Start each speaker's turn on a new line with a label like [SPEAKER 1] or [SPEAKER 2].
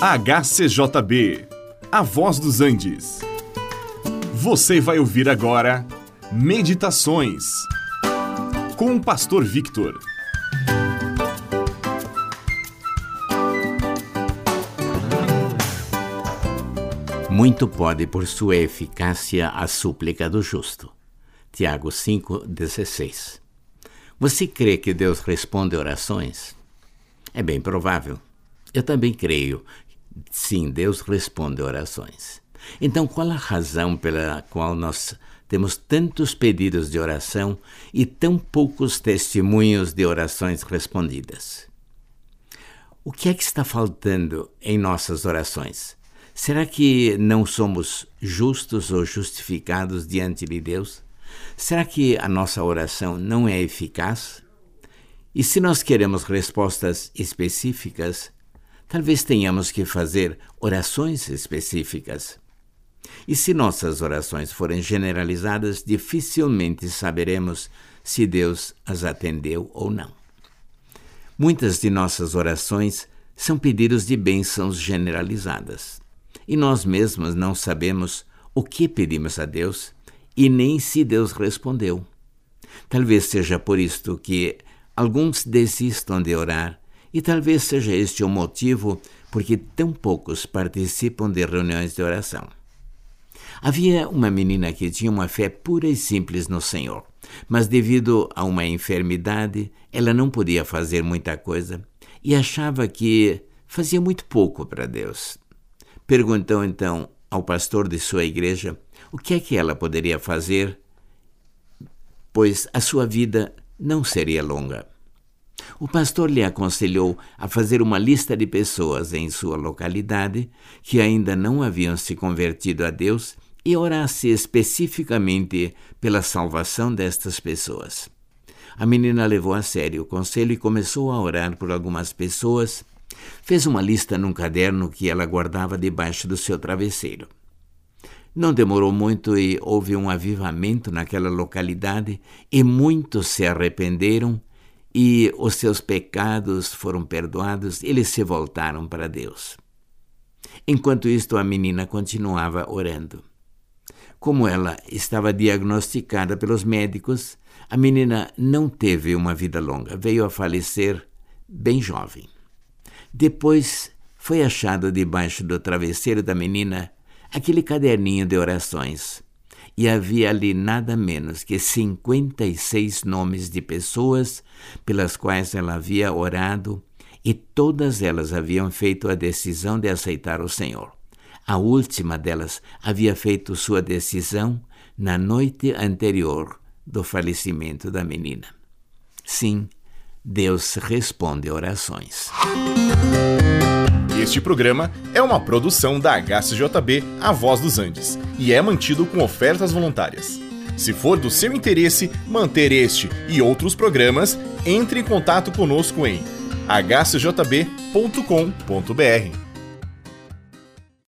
[SPEAKER 1] HCJB, A Voz dos Andes. Você vai ouvir agora Meditações com o Pastor Victor.
[SPEAKER 2] Muito pode por sua eficácia a súplica do justo. Tiago 5,16. Você crê que Deus responde orações? É bem provável. Eu também creio. Sim, Deus responde orações. Então, qual a razão pela qual nós temos tantos pedidos de oração e tão poucos testemunhos de orações respondidas? O que é que está faltando em nossas orações? Será que não somos justos ou justificados diante de Deus? Será que a nossa oração não é eficaz? E se nós queremos respostas específicas, talvez tenhamos que fazer orações específicas. E se nossas orações forem generalizadas, dificilmente saberemos se Deus as atendeu ou não. Muitas de nossas orações são pedidos de bênçãos generalizadas. E nós mesmos não sabemos o que pedimos a Deus e nem se Deus respondeu. Talvez seja por isto que alguns desistam de orar e talvez seja este o motivo porque tão poucos participam de reuniões de oração. Havia uma menina que tinha uma fé pura e simples no Senhor, mas devido a uma enfermidade, ela não podia fazer muita coisa e achava que fazia muito pouco para Deus. Perguntou então ao pastor de sua igreja o que é que ela poderia fazer, pois a sua vida não seria longa. O pastor lhe aconselhou a fazer uma lista de pessoas em sua localidade que ainda não haviam se convertido a Deus e orasse especificamente pela salvação destas pessoas. A menina levou a sério o conselho e começou a orar por algumas pessoas. Fez uma lista num caderno que ela guardava debaixo do seu travesseiro. Não demorou muito e houve um avivamento naquela localidade e muitos se arrependeram e os seus pecados foram perdoados e eles se voltaram para Deus. Enquanto isto, a menina continuava orando. Como ela estava diagnosticada pelos médicos, a menina não teve uma vida longa, veio a falecer bem jovem. Depois foi achado debaixo do travesseiro da menina aquele caderninho de orações e havia ali nada menos que 56 nomes de pessoas pelas quais ela havia orado e todas elas haviam feito a decisão de aceitar o Senhor. A última delas havia feito sua decisão na noite anterior do falecimento da menina. Sim, Deus responde orações.
[SPEAKER 1] Este programa é uma produção da HCJB, A Voz dos Andes, e é mantido com ofertas voluntárias. Se for do seu interesse manter este e outros programas, entre em contato conosco em hcjb.com.br.